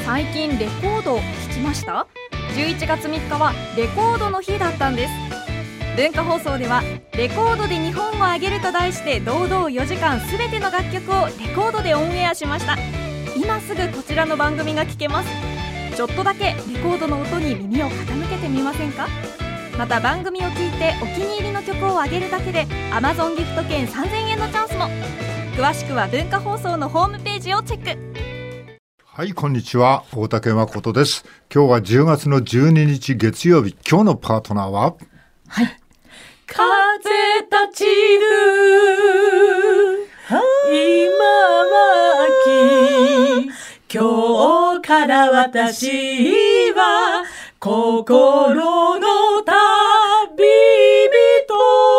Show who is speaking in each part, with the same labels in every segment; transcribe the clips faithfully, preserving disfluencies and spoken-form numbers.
Speaker 1: 最近レコード聴きました？じゅういちがつみっかはレコードの日だったんです。文化放送ではレコードで日本をあげると題して堂々よじかんすべての楽曲をレコードでオンエアしました。今すぐこちらの番組が聴けます。ちょっとだけレコードの音に耳を傾けてみませんか？また番組を聞いてお気に入りの曲をあげるだけで Amazon ギフト券さんぜんえんのチャンスも。詳しくは文化放送のホームページをチェック。
Speaker 2: はい、こんにちは、大竹誠です。今日はじゅうがつのじゅうににち月曜日。今日のパートナーは、
Speaker 3: はい、風立ちぬ今は秋、今日から私は心の旅人。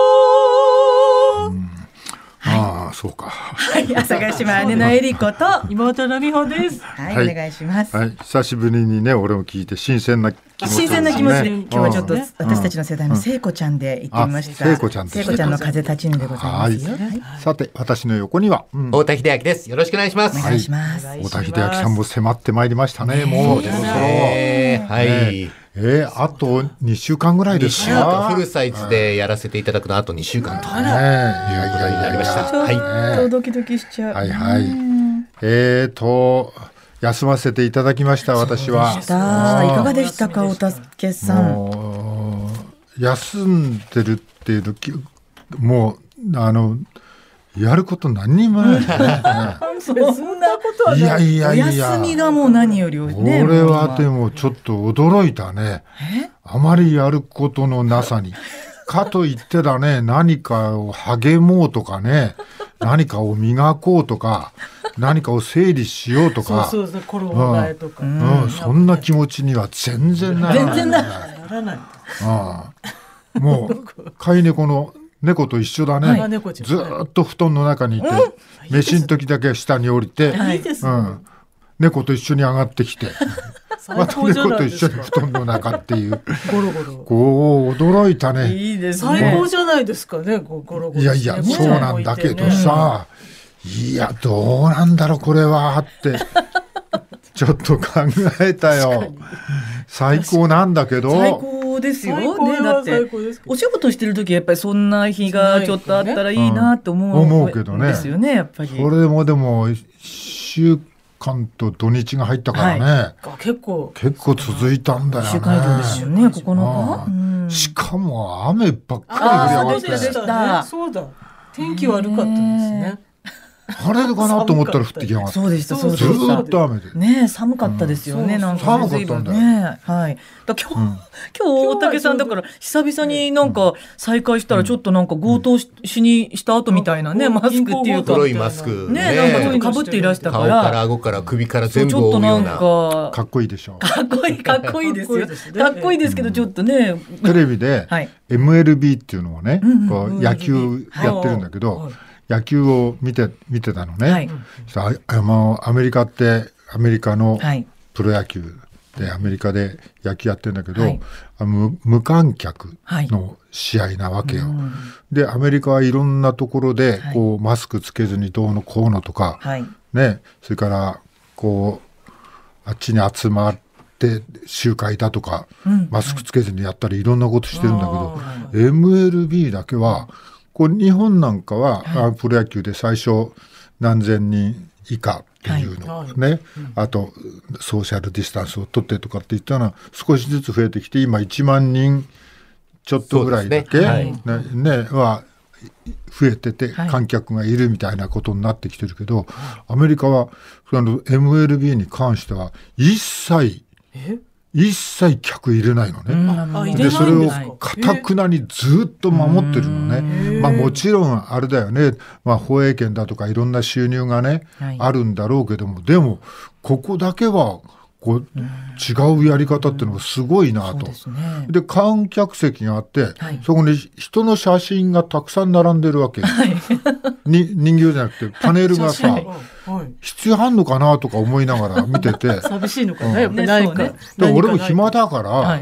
Speaker 2: ああ、そうか。
Speaker 3: はい、阿佐ヶ谷姉妹姉のえりこと妹の美穂です。はい、はい、お願いします。
Speaker 2: はい、久しぶりにね、俺も聞いて新鮮な気持ちですね。
Speaker 3: 新鮮な気持ちで、今日はちょっと私たちの世代の聖子ちゃんで行ってみました。
Speaker 2: 聖子ちゃんですね。
Speaker 3: 聖子ちゃんの風立ちぬでございますよ。はいはい、
Speaker 2: さて、私の横には、
Speaker 4: うん、太田秀明です。よろしくお願いします。
Speaker 3: お願いします。
Speaker 2: はい、太田秀明さんも迫ってまいりましたね。もうそろそろ。はい。ねえー、あとにしゅうかんぐらいですか。
Speaker 4: フルサイズでやらせていただくのあとにしゅうかんと、ね、
Speaker 2: いやいやいや
Speaker 4: なりました。
Speaker 3: ちょっとドキドキしちゃう。
Speaker 2: はいはい。えーと休ませていただきました。私は。
Speaker 3: いかがでしたか、大竹さん。
Speaker 2: 休んでるっていうともうあのやること何にもないですね。
Speaker 3: そんなことはない。いやいやいや。休みがもう何よりね。
Speaker 2: これはでもちょっと驚いたね。あまりやることのなさに。かといってだね、何かを励もうとかね、何かを磨こうとか、何かを整理しようとか。
Speaker 3: そうそうそう、衣替えとか。
Speaker 2: うんうん、そんな気持ちには全然ならない。
Speaker 3: 全然ならない。
Speaker 2: うん、もう飼い猫の猫と一緒だね、はい、ずっと布団の中にいて、うん、飯の時だけ下に降りて、はい、うん、猫と一緒に上がってきてまた猫と一緒に布団の中っていうゴロゴロこう驚いたね。
Speaker 3: いいですね。最高じゃないですかね。ゴロゴロ、ね、
Speaker 2: いやいやそうなんだけどさ、ね、いやどうなんだろうこれはってちょっと考えたよ。最高なんだけど。
Speaker 3: 最高ですよね。だってお仕事してる時はやっぱりそんな日がちょっとあったらいいなと思う、
Speaker 2: うん、思うけどね。
Speaker 3: ですよね、やっぱり。
Speaker 2: それもでもいっしゅうかんと土日が入ったからね。はい、
Speaker 3: 結構
Speaker 2: 結構続いたんだよね。いっしゅうかん以上ですよね。ここのか、うん、しかも雨ばっかり降り上がって。
Speaker 3: そうだそうだ。天気悪かったですね。
Speaker 2: 晴れるかなと思ったら降ってきやがって。
Speaker 3: そうでしたそうでした。
Speaker 2: ずっと雨で。
Speaker 3: ね、寒かったですよね。うん、なんか
Speaker 2: 寒かったんだよ。
Speaker 3: ね、はい。だ今日、うん、今日大竹さんだから久々になんか再会したらちょっとなんか強盗 し,、うん、しにした後みたいなね、マスクっていうか
Speaker 4: 黒いマスク
Speaker 3: ね、なんかちょっと被っていらしたから、
Speaker 4: 顔から顎から首から全部覆うような。
Speaker 2: かっこいいでしょ。
Speaker 3: かっこいいかっこいいですよ。かっこいいですけどちょっとね。
Speaker 2: テレビで エムエルビー っていうのをね、こう野球やってるんだけど。野球を見て見てたのね、はい、あのアメリカってアメリカのプロ野球でアメリカで野球やってるんだけど、はい、無, 無観客の試合なわけよ、はい、でアメリカはいろんなところでこうマスクつけずにどうのこうのとか、はい、ね、それからこうあっちに集まって集会だとか、うん、マスクつけずにやったりいろんなことしてるんだけど、エムエルビー だけはこう日本なんかは、はい、プロ野球で最初何千人以下っていうの、はい、ね、うん、あとソーシャルディスタンスを取ってとかって言ったのは少しずつ増えてきて今いちまんにんちょっとぐらいだけ、ね、はい、ね、ねは増えてて観客がいるみたいなことになってきてるけど、はい、アメリカはその エムエルビー に関しては一切え一切客入れないのね、うん、でそれを堅くなにずっと守ってるのね、まあ、もちろんあれだよね、まあ、放映権だとかいろんな収入がね、はい、あるんだろうけども、でもここだけはこう違うやり方っていうのがすごいなと、うん、 で, ね、で観客席があって、はい、そこに人の写真がたくさん並んでるわけ、はい、に人形じゃなくてパネルがさ、はい、必要あんのかなとか思いながら見てて
Speaker 3: 寂しいのかな、やっぱりないか、
Speaker 2: で俺も暇だから、はい、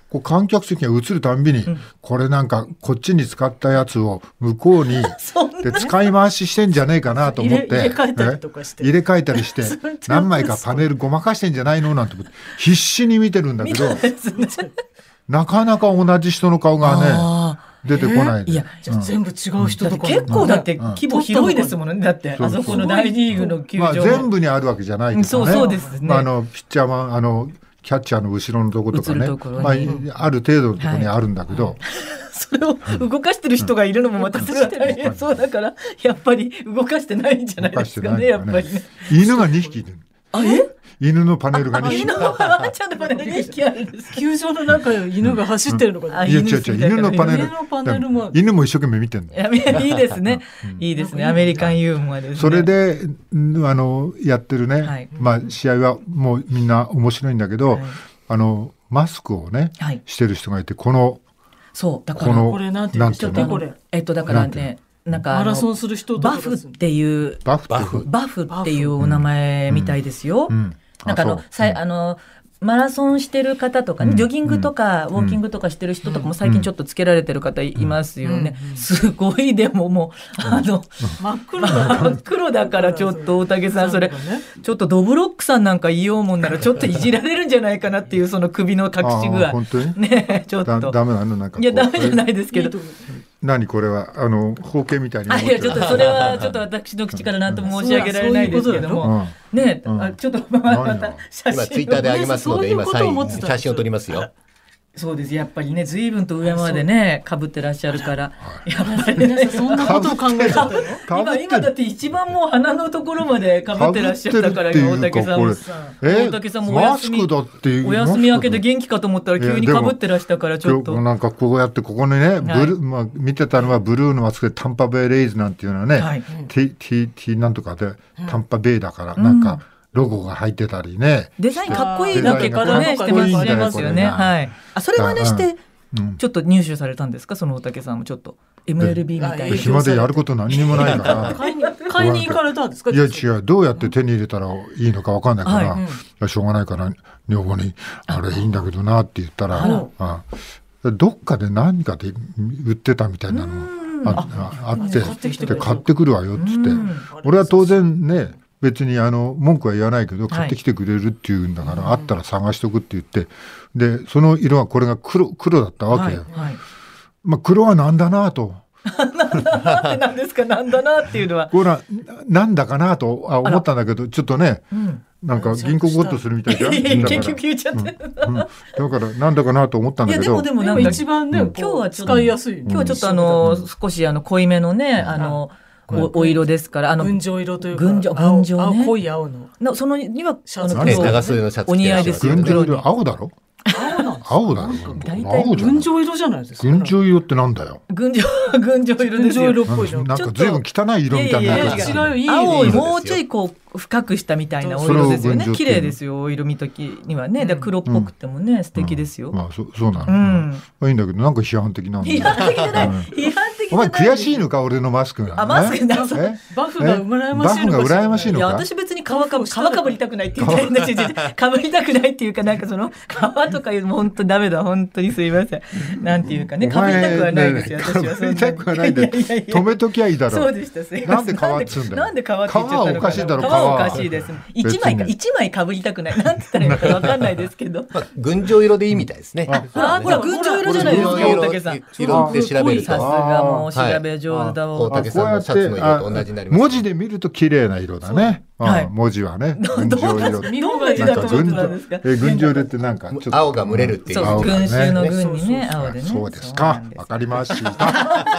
Speaker 2: こう観客席が映るたんびに、うん、これなんかこっちに使ったやつを向こうにで使い回ししてんじゃねえかなと思って
Speaker 3: 入れ替えたりとかして
Speaker 2: 入れ替えたりして何枚かパネルごまかしてんじゃないのなんて必死に見てるんだけど、なかなか同じ人の顔がね出てこないで、
Speaker 3: いや、じゃあ全部違う人とか、うん、結構だって規模広いですもんね。だってあそこの大リーグの球場、まあ、
Speaker 2: 全部にあるわけじゃないけどね。
Speaker 3: そうそうですね。
Speaker 2: まあ、あのピッチャーはあのキャッチャーの後ろのとことかね、まあ、ある程度のところにあるんだけど、はい、
Speaker 3: それを動かしてる人がいるのもまたそれは大変そうだから、やっぱり動かしてないんじゃないですかね。やっぱりね。
Speaker 2: 犬がにひきいる。
Speaker 3: あえ
Speaker 2: 犬のパネルがにひき。
Speaker 3: 犬のパネルにひきあるんです。球場の中を犬が走ってるのかな。
Speaker 2: いや違う違う、犬のパネル。犬も一生懸命見てるの。
Speaker 3: いいですね。いいですね。アメリカンユーモアですね。
Speaker 2: それであのやってるね、はい、まあ試合はもうみんな面白いんだけど、はい、あのマスクをね、はい、してる人がいて、この
Speaker 3: そうだからこれなんていうんですか、これえっとだからね。なんかマラソンする人バフっていう
Speaker 2: バフバフ
Speaker 3: バフっていうお名前みたいですよ。うんうん、なんかあのさいあのマラソンしてる方とかね、うん、ジョギングとか、うん、ウォーキングとかしてる人とかも最近ちょっとつけられてる方いますよね。うん、すごいでももうあの、うん、真っ黒真っ黒だからちょっと大竹さんそれちょっとドブロックさんなんか言おうもんならちょっといじられるんじゃないかなっていうその首の隠し具合。
Speaker 2: 本当に
Speaker 3: ねちょっと
Speaker 2: だダメなのなんか
Speaker 3: いやダメじゃないですけど。
Speaker 2: 何これはあの包茎みたいに
Speaker 3: 思ってる。いやちょっとそれはちょっと私の口から何とも申し上げられないですけども、うん、ね、うん、あちょっとまた写真
Speaker 4: 今ツイッターであげますので今サイン写真を撮りますよ。
Speaker 3: そうですやっぱりね随分と上までね被ってらっしゃるから、やっぱりね
Speaker 5: そんなことを考えちゃったの
Speaker 3: 今今だって一番もう鼻のところまで被ってらっしゃったから大竹さんも大竹さんもお休みお休み明けで元気かと思ったら急に被ってらしたからちょっと
Speaker 2: なんかこうやってここにねブル、まあ、見てたのはブルーのマスクでタンパベイレイズなんていうのはね、はい、T, T, T なんとかでタンパベイだから、うん、なんかロゴが入ってたりね、
Speaker 3: デザインかっこいいだけからねしてますよね。はい。あそれ真似してちょっと入手されたんですか、その大竹さんもちょっと エムエルビー みたいな。
Speaker 2: 暇でやること何にもないから
Speaker 5: 買いに買いに行かれたんですか。
Speaker 2: いや違う、どうやって手に入れたらいいのか分かんないから、はい、いやしょうがないから女房にあれいいんだけどなって言ったら、ああどっかで何かで売ってたみたいなのああってで買ってくるわよっつって、俺は当然ね別にあの文句は言わないけど買ってきてくれるっていうんだから、はい、あったら探しとくって言って、でその色はこれが 黒, 黒だったわけよ、はいはい、まあ、黒はなんだなと
Speaker 3: なんですかなんだなっていうのは
Speaker 2: これはなんだかなと思ったんだけど、ちょっとね、うん、なんか銀行強盗するみたいじゃん
Speaker 3: 結局言っちゃって、
Speaker 2: うんうん、だからなんだかなと思ったんだけど、いや
Speaker 3: でもでもなんか一番ね、うん、今日は使いやすい、今日はちょっとあの、うん、少しあの濃いめのね、あのお, お色ですから、あの
Speaker 5: 群青色というか
Speaker 3: 群青群青ね、
Speaker 5: 濃い青の
Speaker 3: のそのには
Speaker 4: あの長袖のシャツ
Speaker 3: お似合いですよ。
Speaker 2: 群青色青だろ。青だろ。
Speaker 5: 大体群青色じゃないですか。
Speaker 2: 群青色ってなんだよ。
Speaker 3: 群青群青色ですよ。
Speaker 5: 群青色っぽいの。
Speaker 2: なんか随分汚い色みたいな。
Speaker 5: いやいや違うよ、いい
Speaker 3: 青をもうちょいこう深くしたみたいなお色ですよね。綺麗ですよ、お色見ときにはね。だ黒っぽくてもね、うん、素敵ですよ。
Speaker 2: まあそそうなの。うん、まあいいんだけどなんか批判的なんだ。
Speaker 3: 批判的じゃない。批判的。
Speaker 2: お前悔しいのか俺のマスクが、ね、
Speaker 3: あマスクだ
Speaker 5: バフが羨ましいのか。
Speaker 2: バフが羨ましいのか。
Speaker 3: いや私別に皮かぶ皮かぶりたくないって言ってるんだし、かぶりたくないっていうかなんかその皮とかいうのも本当ダメだ本当にすいません。なんていうかねかぶりたくはないですよ。私は
Speaker 2: かぶりたくはないで止めときゃいいだろう。
Speaker 3: そうでしたすいません。
Speaker 2: なんで皮っつんだよ。
Speaker 3: なんで皮って言っちゃったのかな。
Speaker 2: 皮はおかしいだろ。皮
Speaker 3: はおかしいです。一枚か一枚かぶりたくない。なんて言ったらいいのかわかんないですけど。
Speaker 4: まあ群青色でいいみたいですね。
Speaker 3: あほら群青色じゃないですか大竹さん。
Speaker 4: 色って調べると
Speaker 3: さすがもう調べ上手。
Speaker 4: 大竹さんのシャツの色と同じになります、ね、
Speaker 2: 文字で見ると綺麗な色だね、はい、文字はね群青色
Speaker 3: 見本が字だと思ってたんですか。
Speaker 2: え群青色ってなんかちょっと
Speaker 4: 青が群れるっていう、
Speaker 3: そう群衆の群にね青でね。
Speaker 2: そうですか、わかりました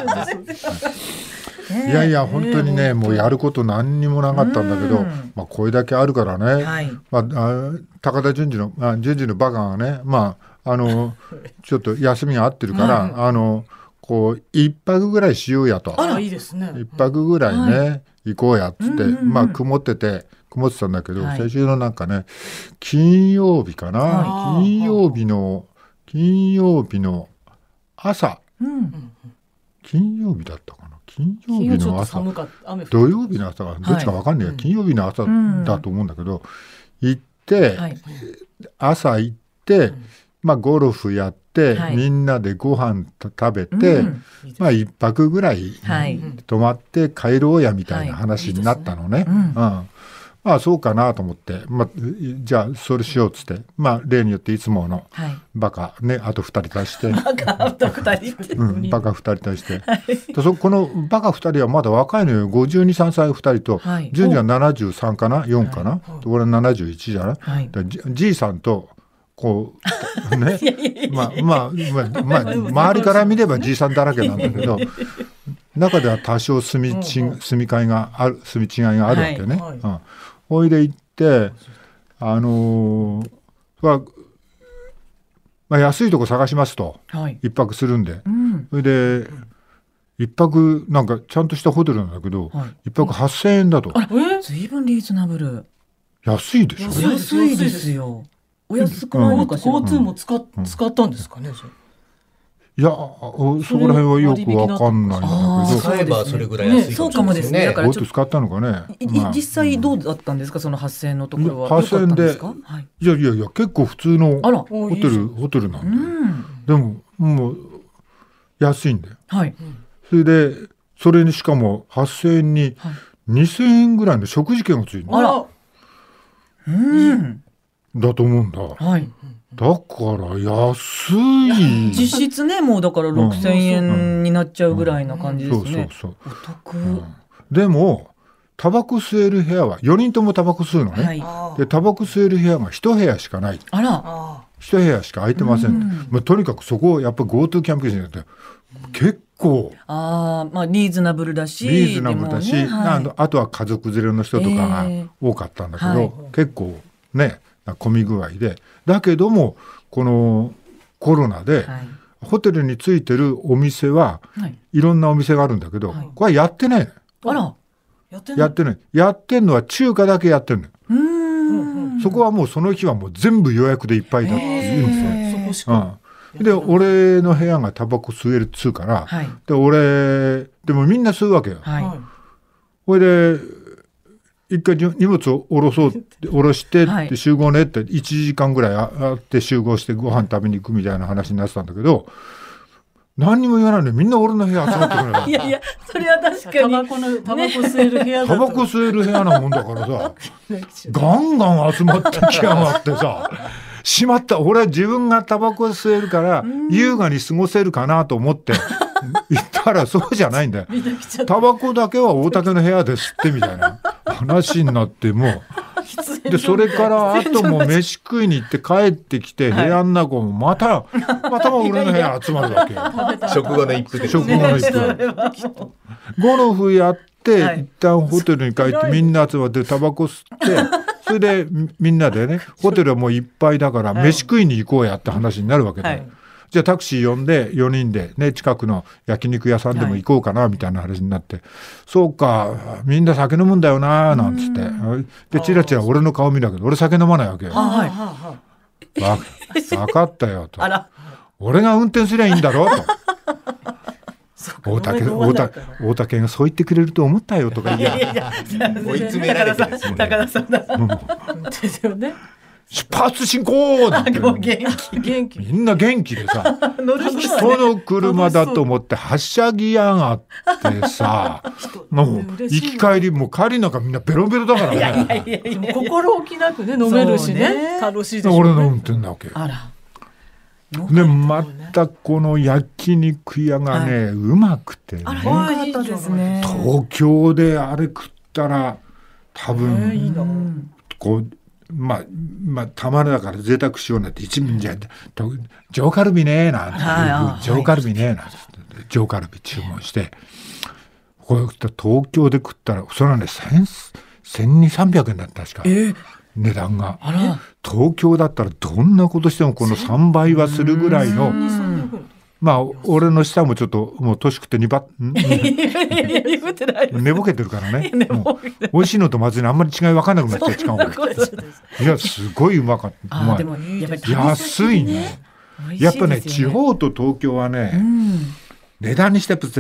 Speaker 2: いやいや本当にねもうやること何にもなかったんだけど、まあ、これだけあるからね、はい、まあ、あ高田純次のあ純次のバカがねまああのちょっと休みが合ってるから、うん、あのこう一泊ぐらいしようやと。
Speaker 5: あらいいですね。
Speaker 2: 一泊ぐらいね、はい、行こうやっつって、うんうんうん、まあ曇ってて曇ってたんだけど、はい、先週のなんかね金曜日かな、はい、金曜日の金曜日の朝、うん、金曜日だったかな金曜日の朝土曜日の朝がどっちか分かんないよ、はい、金曜日の朝だと思うんだけど、うん、行って、はい、朝行って、うん、まあゴルフやって 、
Speaker 3: はい、
Speaker 2: みんなでご飯食べて、うん、まあ一泊ぐらい泊まって帰ろうやみたいな話になったのね。まあそうかなと思って、まあ、じゃあそれしようっつって、まあ例によっていつものバカね、あとふたり足して、
Speaker 3: バカあとふたりって、
Speaker 2: うん、バカふたり足して、はい、そこのバカふたりはまだ若いのよ。ごじゅうに、さんさいふたりと、はい、順次はななじゅうさんかな、よんかな、はい、俺はななじゅういちじゃない、はい、じ, じいさんとこうねまあまあまあ、まあ、周りから見ればじいさんだらけなんだけど中では多少住みち住み替えがある住み違いがあるわけね。はいはい、うんおいで行ってあのーまあ、安いとこ探しますと、はい、一泊するんで、うん、それで一泊なんかちゃんとしたホテルなんだけど、はい、一泊はっせんえんだと。
Speaker 3: あら、ずいぶんリーズナブル。
Speaker 2: 安いでしょ。
Speaker 3: 安いですよ。お安くないのかしら。
Speaker 5: 交通も 使, 使ったんですかね、うん
Speaker 2: いやそこら辺はよくわかんないんだけど、
Speaker 4: 使えばそれぐらい安い
Speaker 3: そうかもですね。だから
Speaker 2: もっと使ったのかね。
Speaker 3: まあ、実際どうだったんですか、そのはっせんえんのところは。
Speaker 2: はっせんえんで、はい、いやいやいや結構普通のホテルホテルなんで、うん、でももう安いんだよ。はい、それでそれにしかもはっせんえんににせんえんぐらいの食事券がついてる。あら、うん、だと思うんだ。はい。だから安い。
Speaker 3: 実質ねもうだからろくせんえんになっちゃうぐらいな感じですね。お得、うん、
Speaker 2: でもタバコ吸える部屋はよにんともタバコ吸うのね、はい、でタバコ吸える部屋がいち部屋しかない。あらいち部屋しか空いてません、うんまあ、とにかくそこをやっぱり GoTo キャンペーンで結構
Speaker 3: あ、まあ、リーズナブルだし
Speaker 2: リーズナブルだし、ねはい、あとは家族連れの人とかが多かったんだけど、えーはい、結構ね混み具合でだけどもこのコロナで、はい、ホテルについてるお店は、はい、いろんなお店があるんだけど、はい、これはやってないの。あらやってないやってないやってんのは中華だけやってんの。うーんそこはもうその日はもう全部予約でいっぱいだって言うんですよ。そこしか、うん、で俺の部屋がタバコ吸えるっつうから、はい、で俺でもみんな吸うわけよ。はい、これで一回荷物を下ろそう下ろしてって集合ねっていちじかんぐらいあって集合してご飯食べに行くみたいな話になってたんだけど何にも言わないのにみんな俺の部屋集まってくる
Speaker 3: いやいやそれは確かに
Speaker 5: タバコのタバコ吸える部屋だと
Speaker 2: タバコ吸える部屋なもんだからさガンガン集まってきやがってさしまった俺は自分がタバコ吸えるから優雅に過ごせるかなと思って言ったらそうじゃないんだよ。タバコだけは大竹の部屋で吸ってみたいな話になってもうでそれからあとも飯食いに行って帰ってきて部屋の中もまたまたも俺の部屋集まるわけよ。
Speaker 4: 食後の一服で
Speaker 2: 食後の一服ゴルフやって一旦ホテルに帰ってみんな集まってタバコ吸ってそれでみんなでねホテルはもういっぱいだから飯食いに行こうやって話になるわけで、はいじゃあタクシー呼んでよにんで、ね、近くの焼肉屋さんでも行こうかなみたいな話になって、はい、そうかみんな酒飲むんだよななんつってでチラチラ俺の顔見るけど俺酒飲まないわけよ。はい、わ分かったよとあら俺が運転すりゃいいんだろと大竹大竹大竹がそう言ってくれると思ったよとか言いや
Speaker 4: 追い詰められてですもんね。
Speaker 3: 高田さんだ
Speaker 5: ですよね。
Speaker 2: 出発進行って
Speaker 3: 元気元気
Speaker 2: みんな元気でさ人の車だと思ってはしゃぎやがってさもう行き帰りもう帰りなんかみんなベロベロだからね。いやいやいや
Speaker 5: いや心置きなくね飲めるし ね, ね楽しいでしょうね。
Speaker 2: 俺の運転だわけよ。あらでまたこの焼肉屋がね、はい、うまくてね。あらよかったですね。東京であれ食ったら多分いいなこうまあ、まあたまらだから贅沢しようなんて一味じゃ上カルビねーなんて、はい、上カルビねーなんて上カルビ注文してこれ東京で食ったらそれはねせんにひゃく、さんびゃくえんだった確か、えー、値段があら東京だったらどんなことしてもこのさんばいはするぐらいのまあ俺の下もちょっともう年食ってにば寝ぼけてるからねもう美味しいのとまずいのあんまり違い分かんなくなっちゃう近くいやすごいうまかったうまいでもやっぱり安いねやっぱね地方と東京はね、うん、値段にしてやっぱ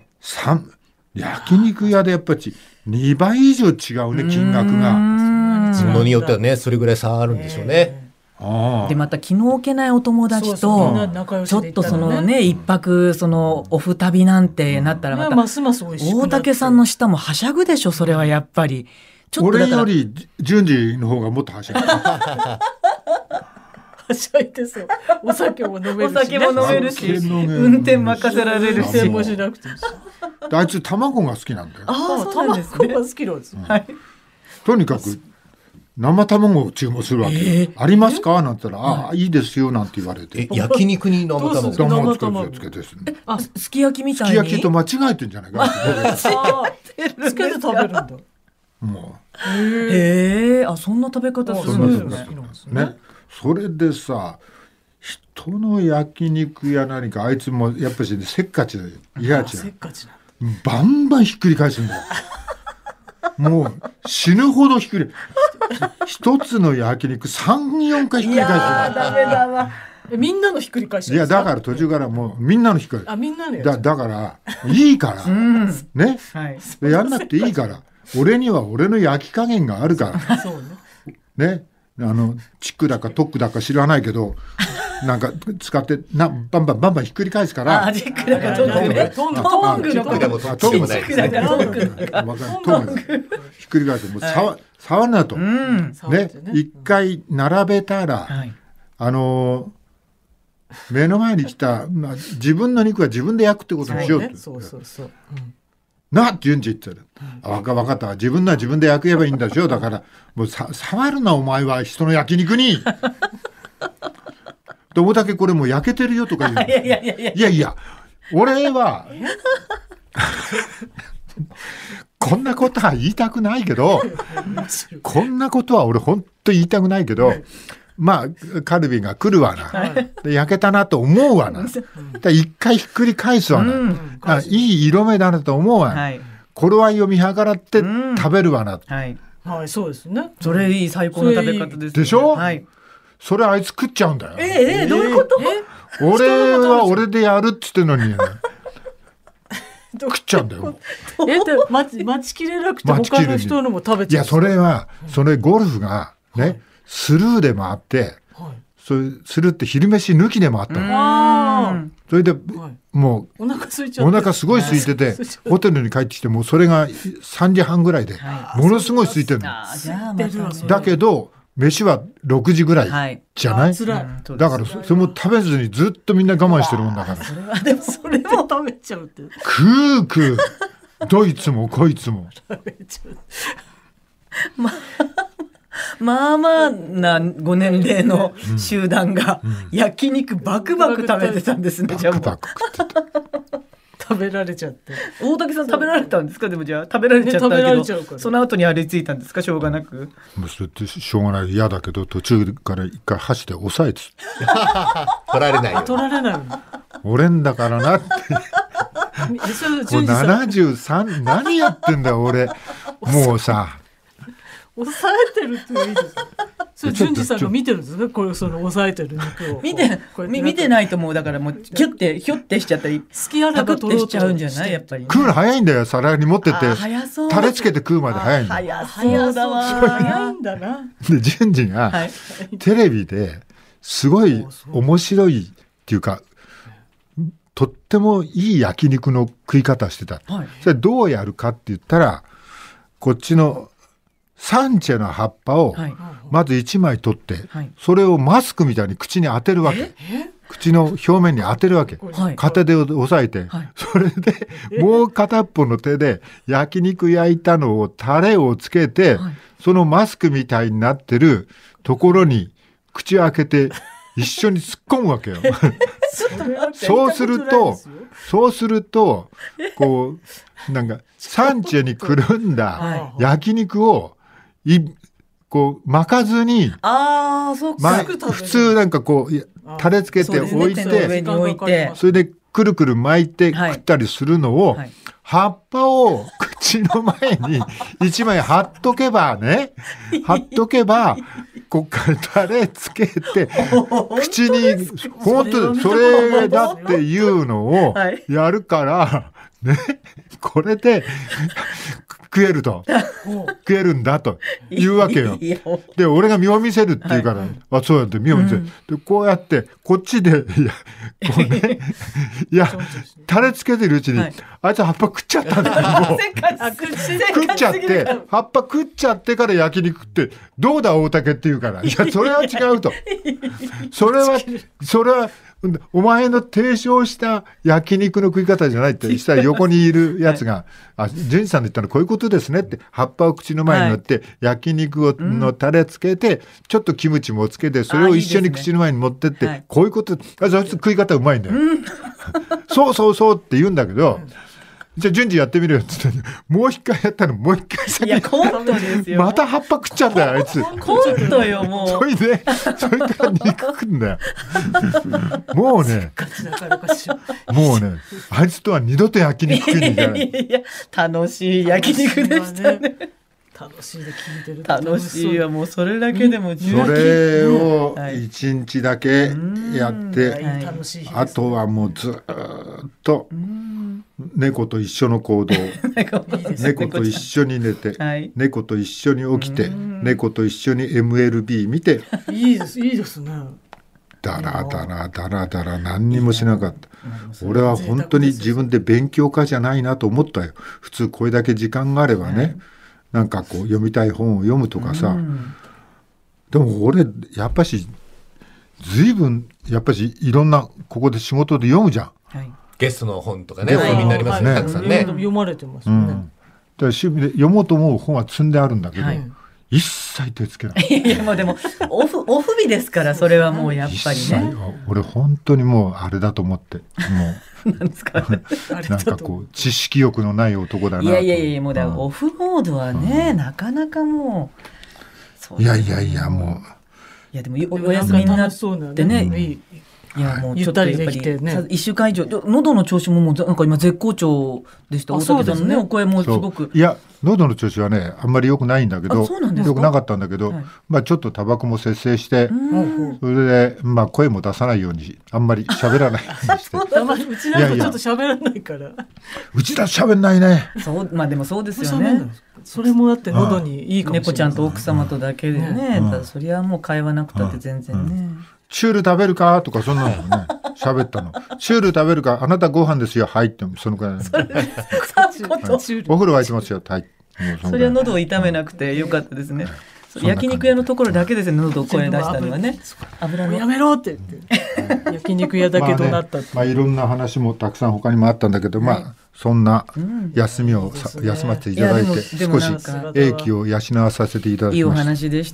Speaker 2: 焼肉屋でやっぱりにばい以上違うね金額が
Speaker 4: ものによってはねそれぐらい差あるんでしょうね。
Speaker 3: でまた気の置けないお友達とちょっとそのね一泊そのオフ旅なんてなったらまた大竹さんの舌もはしゃぐでしょ。それはやっぱり
Speaker 2: ちょっと俺より順次の方がもっとはしゃぐは
Speaker 5: しゃいでそう。お酒も飲めるし、ね、
Speaker 3: お酒も飲めるし運転任せられるし、
Speaker 5: 運転もしなくていいし。
Speaker 2: あいつ卵が好きなんだよ。
Speaker 5: ああ、卵が好きなんです、
Speaker 3: はい、
Speaker 2: とにかく生卵を注文するわけ、えー、ありますかなんて言ったら、はい、ああいいですよなんて言われて、
Speaker 4: 焼肉に生卵
Speaker 2: 生卵つけてですね。
Speaker 3: あ、すき焼きみたいに。
Speaker 2: すき焼きと間違えてんじゃないか
Speaker 5: つけて食べるんだ。
Speaker 2: も
Speaker 3: うへえ、あ、そんな食べ方するんですね。
Speaker 2: ね、それでさ、人の焼肉や何かあいつもやっぱし、ね、せっかちで嫌ちゃう。バンバンひっくり返すんだよ。もう死ぬほどひっくり一つの焼肉さん、よんかいひっくり返す。い
Speaker 3: やダメだわ。
Speaker 5: みんなのひっくり返し。
Speaker 2: いやだから途中からもうみんなのひっくり。
Speaker 5: あ、みんなのやつ。
Speaker 2: だだからいいから、うん、ね、
Speaker 3: はい、
Speaker 2: やんなくていいから。俺には俺の焼き加減があるから。
Speaker 5: そう
Speaker 2: ね。ね、あのチックだかトックだか知らないけど。なんか使ってなバンバンバンバンひっくり返すから。
Speaker 3: あ、チックだかトングね。トング
Speaker 4: チックでもトングでもないですね。
Speaker 2: トングひっくり返す。もう触触るなと。ね、一回並べたらあの目の前に来た自分の肉は自分で焼くってことにしようって。
Speaker 5: そうそうそう。
Speaker 2: なって順次言ってる。あ、わかわかった。自分のは自分で焼けばいいんだしょ。だからもうさ触るなお前は人の焼肉に。大竹これもう焼けてるよとか言う。
Speaker 3: いやいやいやいや
Speaker 2: いやいや俺はこんなことは言いたくないけどこんなことは俺本当言いたくないけど、まあカルビが来るわな、で焼けたなと思うわな、一回ひっくり返すわな、うん、あいい色目だなと思うわな、はい、頃合いを見計らって食べるわな、うん、
Speaker 5: はい、はい、そうですね。
Speaker 3: それいい最高の食べ方です、ね、
Speaker 2: でしょ、
Speaker 3: はい、
Speaker 2: それあいつ食っちゃうんだよ。
Speaker 3: えー、えー、どういうこと？
Speaker 2: 俺は俺でやるっつってのに、ね、食っちゃうんだよ。
Speaker 5: えで待ち待ちきれなくて他の人のも食べちゃう。
Speaker 2: いやそれはそれゴルフがね、はい、スルーでもあって、はい、それスルーって昼飯抜きでもあったの。それで、はい、もう
Speaker 5: お腹空いちゃって、
Speaker 2: お腹すごい空いててホテルに帰ってきてもうそれがさんじはんぐらいで、はい、ものすごい空いてるの。だけど飯はろくじぐらいじゃない、はい、だからそれも食べずにずっとみんな我慢してるもんだから。
Speaker 5: それはでもそれも食べちゃうって
Speaker 2: 食う食うどいつもこいつも
Speaker 5: 食べちゃう
Speaker 3: まあまあまあなご年齢の集団が焼肉バクバク食べてたんですね。じゃあもう
Speaker 2: バクバク食ってた
Speaker 5: 食べられちゃって
Speaker 3: 大竹さん食べられたんですか？でもじゃあ食べられちゃったけど、ね、その後にあれついたんですか？しょうがなく。
Speaker 2: もうそれってしょうがない嫌だけど途中から一回箸で押さえて
Speaker 4: 取られないよ
Speaker 5: 取られないよ
Speaker 2: 俺んだからなってもうななじゅうさん何やってんだよ俺もうさ
Speaker 5: 抑えてるっていいですよ。それ順次さんが見てるんですね。これその抑えてる肉を
Speaker 3: 見て見てないともうだからもうキュッてひょってしちゃったり
Speaker 5: 好きあらば取ろうとしちゃうんじゃない
Speaker 3: やっぱり、ね、
Speaker 2: 食うの早いんだよ。皿に持ってってタレつけて食うまで早いんだよ。
Speaker 3: 早そうだわ
Speaker 5: 早いんだな。
Speaker 2: で順次が、はい、テレビですごい面白いっていうかとってもいい焼肉の食い方してた、はい、それどうやるかって言ったらこっちのサンチェの葉っぱをまずいちまい取って、はい、それをマスクみたいに口に当てるわけ。口の表面に当てるわけ、はい、片手を押さえて、はい、それでもう片っぽの手で焼肉焼いたのをタレをつけて、はい、そのマスクみたいになってるところに口を開けて一緒に突っ込むわけよそうするとそうするとこうなんかサンチェにくるんだ焼肉をいこう巻かずに
Speaker 3: あそうか、
Speaker 2: ま、普通なんかこうタレつけて置いて、ね、それでくるくる巻いて食ったりするのを、はい、葉っぱを口の前に一枚貼っとけばね貼っとけばこっからタレつけて口に本当それだっていうのをやるから、ね、これで食えると食えるんだと言うわけよ。で俺が身を見せるって言うから、はい、あそうやって身を見せる、うん、でこうやってこっちでいやこうねいやタレつけてるうちに、はい、あいつ葉っぱ食っちゃったんだよ。もう食っちゃって葉っぱ食っちゃってから焼肉ってどうだ大竹って言うからいやそれは違うとそれはそれはお前の提唱した焼肉の食い方じゃないってしたら横にいるやつが、はい、あ純次さんの言ったのこういうことですねって葉っぱを口の前に乗って、はい、焼肉をのタレつけて、うん、ちょっとキムチもつけてそれを一緒に口の前に持ってって、ね、こういうことあそいつ食い方うまいんだよ、うん、そうそうそうって言うんだけど、うんじゃあ順次やってみるよって言ってもう一回やったのもう一回先に
Speaker 3: いやコントですよ
Speaker 2: また葉っぱ食っちゃうんだよあいつ
Speaker 3: コントよもう
Speaker 2: それでそれから肉食うんだよもうねもうねあいつとは二度と焼肉食いに行かない。いやいや
Speaker 3: 楽しい焼肉でしたね。
Speaker 5: 楽しいで聞いてる
Speaker 3: 楽しいわもうそれだけでも
Speaker 2: 十分それを一日だけやって、はい、あとはもうずっと猫と一緒の行動猫と一緒に寝て、はい、猫と一緒に起きて猫と一緒に エムエルビー 見て
Speaker 5: いいですいいですね。
Speaker 2: だらだらだらだら何にもしなかった。俺は本当に自分で勉強家じゃないなと思ったよ。普通これだけ時間があればね、はいなんかこう読みたい本を読むとかさ、うん、でも俺やっぱし随分やっぱしいろんなここで仕事で読むじゃん、
Speaker 4: はい、ゲストの本とかねお読みになりますね、はい、たくさんね
Speaker 5: 読まれてますよね、うん、だから
Speaker 2: 趣味で読もうと思う本は積んであるんだけど、はい、一切手つけない。
Speaker 3: いやもうでもオフオフ日ですからそれはもうやっぱりね
Speaker 2: 俺本当にもうあれだと思ってもう
Speaker 3: なんですか
Speaker 2: なんかこう知識欲のない男だな。
Speaker 3: いやいやいやもうだ、うん、オフモードはね、うん、なかなかも
Speaker 2: ういやいやいやもう
Speaker 3: いやでも お, お休みになってね、うん、いやもうちょっとやっぱりいっしゅうかん以上喉の調子ももうなんか今絶好調でした。大竹さんのねお声もすごく
Speaker 2: いや喉の調子はねあんまり良くないんだけど良くなかったんだけど、はいまあ、ちょっとタバコも節制してそれで、まあ、声も出さないようにあんまり喋らないようにして
Speaker 5: うちなんかちょっと喋らないから
Speaker 2: うちだと喋んないね。
Speaker 3: そうまあでもそうですよね。
Speaker 5: それもだって喉にいいかもしれない。
Speaker 3: 猫ちゃんと奥様とだけでね、うん、そりゃもう会話なくたって全然ね、うんうん
Speaker 2: チュール食べるかとかそんなのね喋ったの。チュール食べるかあなたご飯ですよはいってそのくらい、ね、お風呂沸いてますよはい。
Speaker 3: それは喉を痛めなくてよかったですね。焼肉屋のところだけですね喉を声出したのはね。
Speaker 5: 油のやめろって言って焼肉屋だけどなったって、
Speaker 2: まあねまあ、いろんな話もたくさん他にもあったんだけど、はい、まあそんな休みを、うんね、休ませていただいて少し英気を養わさせていただきました。いい
Speaker 3: お話でした。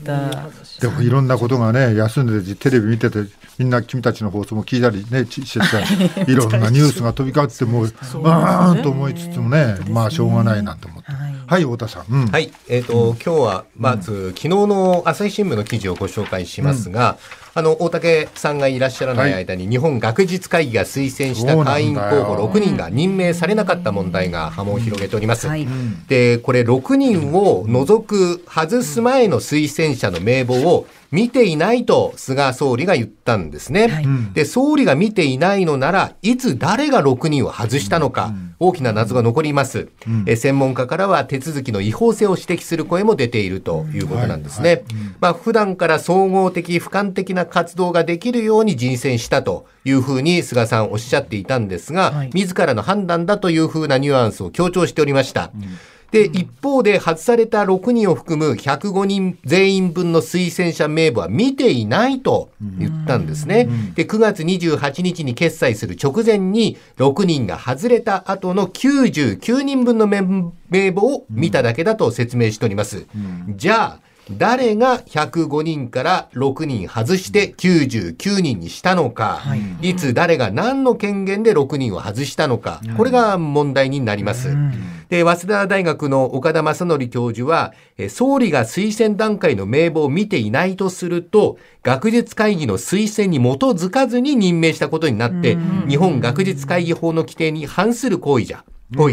Speaker 2: でもいろんなことがね休んでテレビ見ててみんな君たちの放送も聞いたりねしてていろんなニュースが飛び交ってもうあーんと思いつつもねまあしょうがないなんて思って、はい、はい太田さん、うん、
Speaker 4: はいえーとうん、今日はまず、うん、昨日の朝日新聞の記事をご紹介しますが、うん、あの大竹さんがいらっしゃらない間に、はい、日本学術会議が推薦した会員候補ろくにんが任命されなかった問題が波紋を広げております、うんはい、でこれろくにんを除く外す前の推薦者の名簿を見ていないと菅総理が言ったんですね、はい、で総理が見ていないのならいつ誰がろくにんを外したのか、うん、大きな謎が残ります、うん、え専門家からは手続きの違法性を指摘する声も出ているということなんですね、はいはいまあ、普段から総合的俯瞰的な活動ができるように人選したというふうに菅さんおっしゃっていたんですが、はい、自らの判断だというふうなニュアンスを強調しておりました、うんで一方で外されたろくにんを含むひゃくごにん全員分の推薦者名簿は見ていないと言ったんですね。でくがつにじゅうはちにちに決裁する直前にろくにんが外れた後のきゅうじゅうきゅうにんぶんの名簿を見ただけだと説明しております。じゃあ誰がひゃくごにんからろくにん外してきゅうじゅうきゅうにんにしたのか、はい、いつ誰が何の権限でろくにんを外したのか、これが問題になります。で早稲田大学の岡田正則教授は総理が推薦段階の名簿を見ていないとすると学術会議の推薦に基づかずに任命したことになって日本学術会議法の規定に反する行為じゃ行為だと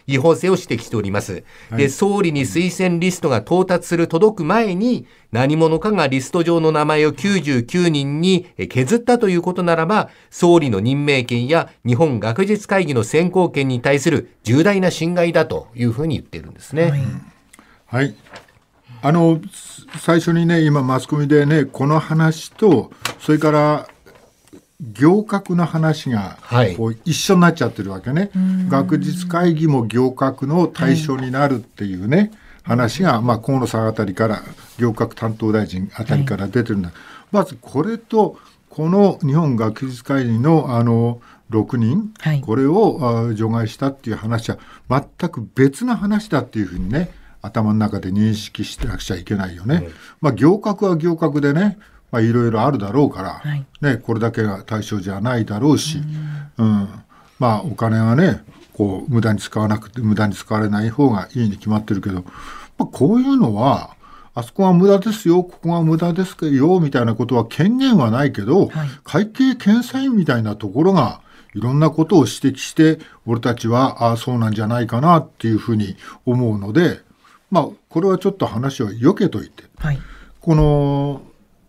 Speaker 4: 違法性を指摘しております。はい、で、総理に推薦リストが到達する届く前に、何者かがリスト上の名前をきゅうじゅうきゅうにんに削ったということならば、総理の任命権や日本学術会議の選考権に対する重大な侵害だというふうに言っているんですね。はい。
Speaker 2: はい、あの最初にね、今マスコミでね、この話とそれから行革の話がこう一緒になっちゃってるわけね。学術会議も行革の対象になるっていうね、はい、話が、まあ、河野さんあたりから行革担当大臣あたりから出てるんだ、はい、まずこれとこの日本学術会議のあのろくにん、はい、これを除外したっていう話は全く別な話だっていうふうにね、頭の中で認識してなくちゃいけないよね、うん、まあ、行革は行革でね、まあ、いろいろあるだろうから、はい、ね、これだけが対象じゃないだろうし、うん、うん、まあお金はねこう無駄に使わなくて無駄に使われない方がいいに決まってるけど、まあ、こういうのはあそこが無駄ですよ、ここが無駄ですよみたいなことは権限はないけど、はい、会計検査院みたいなところがいろんなことを指摘して俺たちはあそうなんじゃないかなっていうふうに思うので、まあこれはちょっと話を避けといて、はい、この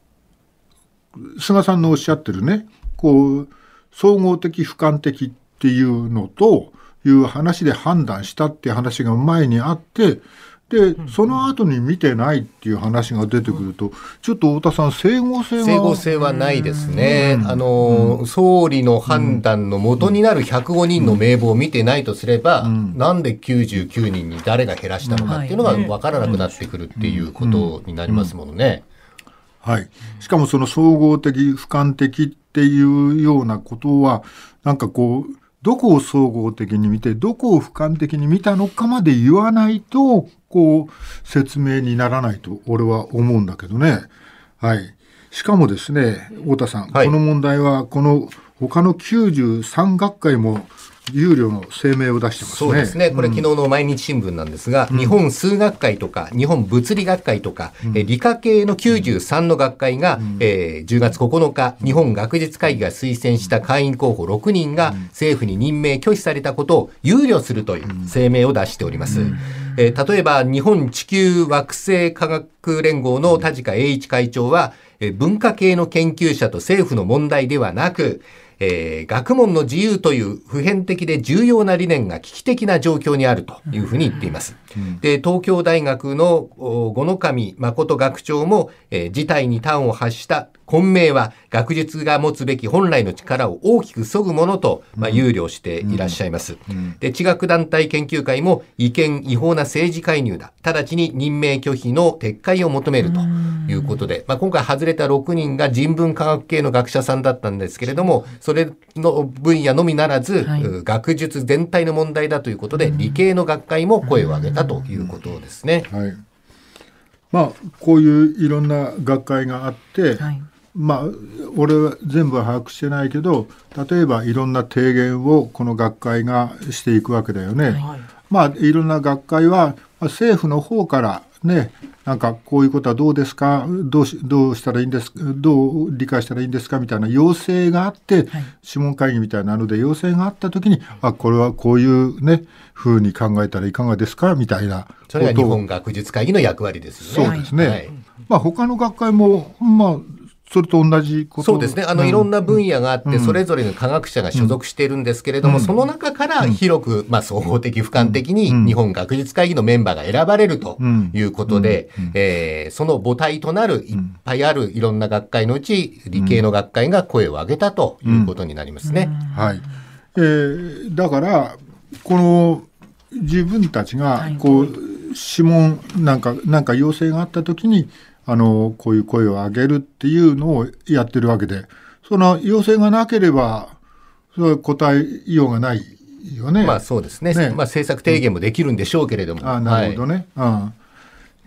Speaker 2: 菅さんのおっしゃってるね、こう総合的俯瞰的っていうのという話で判断したっていう話が前にあって、でその後に見てないっていう話が出てくると、ちょっと太田さん、整合性が
Speaker 4: 整合性はないですね。あの、うん、総理の判断の元になるひゃくごにんの名簿を見てないとすれば、うん、なんできゅうじゅうきゅうにんに誰が減らしたのかっていうのが分からなくなってくるっていうことになりますものね。
Speaker 2: はい、しかもその総合的俯瞰的っていうようなことはなんかこうどこを総合的に見てどこを俯瞰的に見たのかまで言わないとこう説明にならないと俺は思うんだけどね。はい、しかもですね太田さん、はい、この問題はこの他のきゅうじゅうさん学会も憂慮の声明を出してますね。
Speaker 4: そうですね。これ、うん、昨日の毎日新聞なんですが、うん、日本数学会とか日本物理学会とか、うん、え理科系のきゅうじゅうさんの学会が、うんえー、じゅうがつここのか日本学術会議が推薦した会員候補ろくにんが政府に任命拒否されたことを憂慮するという声明を出しております、うんえー、例えば日本地球惑星科学連合の田近栄一会長は、えー、文化系の研究者と政府の問題ではなくえー、学問の自由という普遍的で重要な理念が危機的な状況にあるというふうに言っています。で、東京大学の五ノ上誠学長も、えー、事態に端を発した混迷は学術が持つべき本来の力を大きく削ぐものと、まあ、憂慮していらっしゃいます。で、地学団体研究会も違憲違法な政治介入だ。直ちに任命拒否の撤回を求めるということで、まあ、今回外れたろくにんが人文科学系の学者さんだったんですけれども、それの分野のみならず、はい、学術全体の問題だということで、理系の学会も声を上げたということですね。
Speaker 2: はい、まあ、こういういろんな学会があって、はいまあ、俺は全部は把握してないけど例えばいろんな提言をこの学会がしていくわけだよね、はい、まあいろんな学会は政府の方からねなんかこういうことはどうですかどうし、どうしたらいいんですかどう理解したらいいんですかみたいな要請があって、はい、諮問会議みたいなので要請があった時にあこれはこういうね風に考えたらいかがですかみたいな
Speaker 4: それが日本学術会議の役割ですよね。
Speaker 2: そうですね、はいまあ、他の学会もまあそれと同じこと
Speaker 4: そうですね。あの、うん、いろんな分野があって、うん、それぞれの科学者が所属しているんですけれども、うん、その中から広く、まあ、総合的、俯瞰的に日本学術会議のメンバーが選ばれるということで、うんうんえー、その母体となるいっぱいあるいろんな学会のうち、理系の学会が声を上げたということになりますね。
Speaker 2: うんはいえー、だから、この自分たちがこう、諮問なんか、なんか要請があったときに、あのこういう声を上げるっていうのをやってるわけでその要請がなければそれは答えようがないよね。
Speaker 4: まあそうですね。ねまあ、政策提言もできるんでしょうけれども、
Speaker 2: うん、あなるほどね、はい、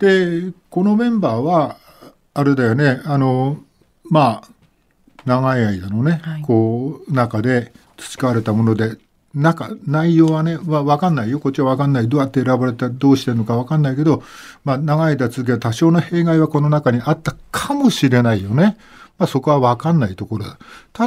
Speaker 2: うん、でこのメンバーはあれだよねあのまあ長い間のね、はい、こう中で培われたもので中内容はねは分かんないよこっちは分かんないどうやって選ばれたどうしてるのか分かんないけど、まあ、長い間続けは多少の弊害はこの中にあったかもしれないよね、まあ、そこは分かんないところだ。ただ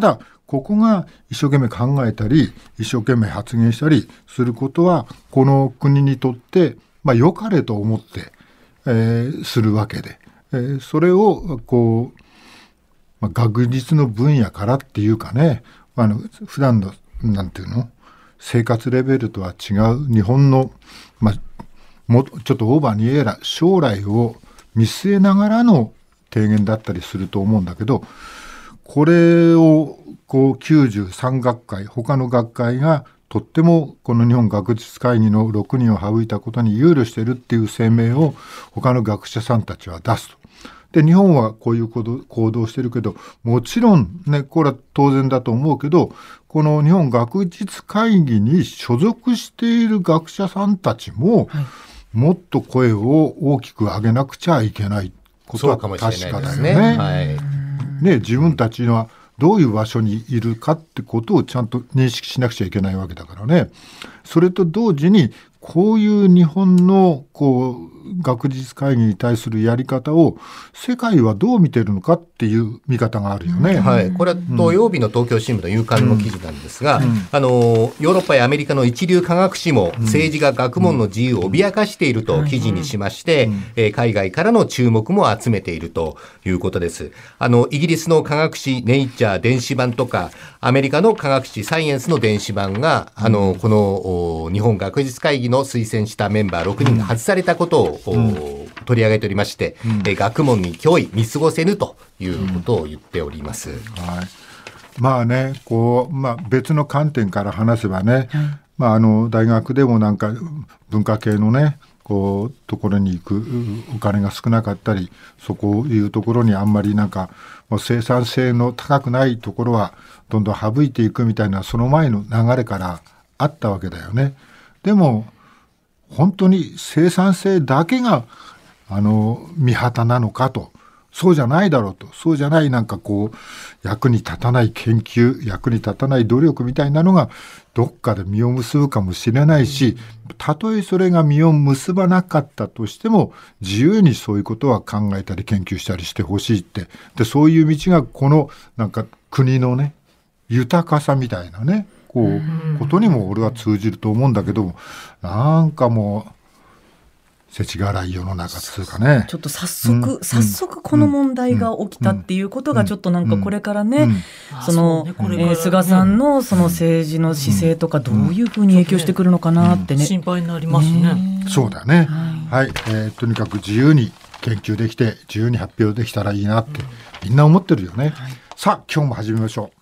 Speaker 2: ここが一生懸命考えたり一生懸命発言したりすることはこの国にとって、まあ、良かれと思って、えー、するわけで、えー、それをこう、まあ、学術の分野からっていうかね、あの普段のなんていうの生活レベルとは違う日本の、まあ、もちょっとオーバーに言えば将来を見据えながらの提言だったりすると思うんだけど、これをこうきゅうじゅうさん学会他の学会がとってもこの日本学術会議のろくにんを省いたことに憂慮しているっていう声明を他の学者さんたちは出すと。で日本はこういう行動をしてるけど、もちろんねこれは当然だと思うけど、この日本学術会議に所属している学者さんたちも、はい、もっと声を大きく上げなくちゃいけないことは確かだよね。はい、ね自分たちはどういう場所にいるかってことをちゃんと認識しなくちゃいけないわけだからね。それと同時にこういう日本のこう学術会議に対するやり方を世界はどう見てるのかっていう見方があるよね。
Speaker 4: はい、これは土曜日の東京新聞の夕刊の記事なんですが、うんうん、あのヨーロッパやアメリカの一流科学誌も政治が学問の自由を脅かしていると記事にしまして、うんうんえー、海外からの注目も集めているということです。あのイギリスの科学誌ネイチャー電子版とかアメリカの科学誌サイエンスの電子版があのこの日本学術会議の推薦したメンバーろくにんが外されたことを、うん、取り上げておりまして、うん、え学問に脅威見過ごせぬということを言っております、うんはい、
Speaker 2: まあねこう、まあ、別の観点から話せばね、うんまあ、あの大学でもなんか文化系のねこうところに行くお金が少なかったり、そこいうところにあんまりなんかもう生産性の高くないところはどんどん省いていくみたいなその前の流れからあったわけだよね。でも本当に生産性だけがあの見旗なのかと、そうじゃないだろうと、そうじゃないなんかこう役に立たない研究、役に立たない努力みたいなのがどっかで実を結ぶかもしれないし、たとえそれが実を結ばなかったとしても自由にそういうことは考えたり研究したりしてほしいって、でそういう道がこのなんか国のね豊かさみたいなねこうことにも俺は通じると思うんだけども、なんかもう世知辛い世の中っていうかね、
Speaker 3: ちょっと早速、うん、早速この問題が起きたっていうことがちょっとなんかこれからね、うんうん、その、えー、菅さんのその政治の姿勢とかどういうふうに影響してくるのかなってね、
Speaker 5: 心配になりますね。
Speaker 2: ねそうだね、はい、はい、えー、とにかく自由に研究できて自由に発表できたらいいなってみんな思ってるよね、はい、さあ今日も始めましょう。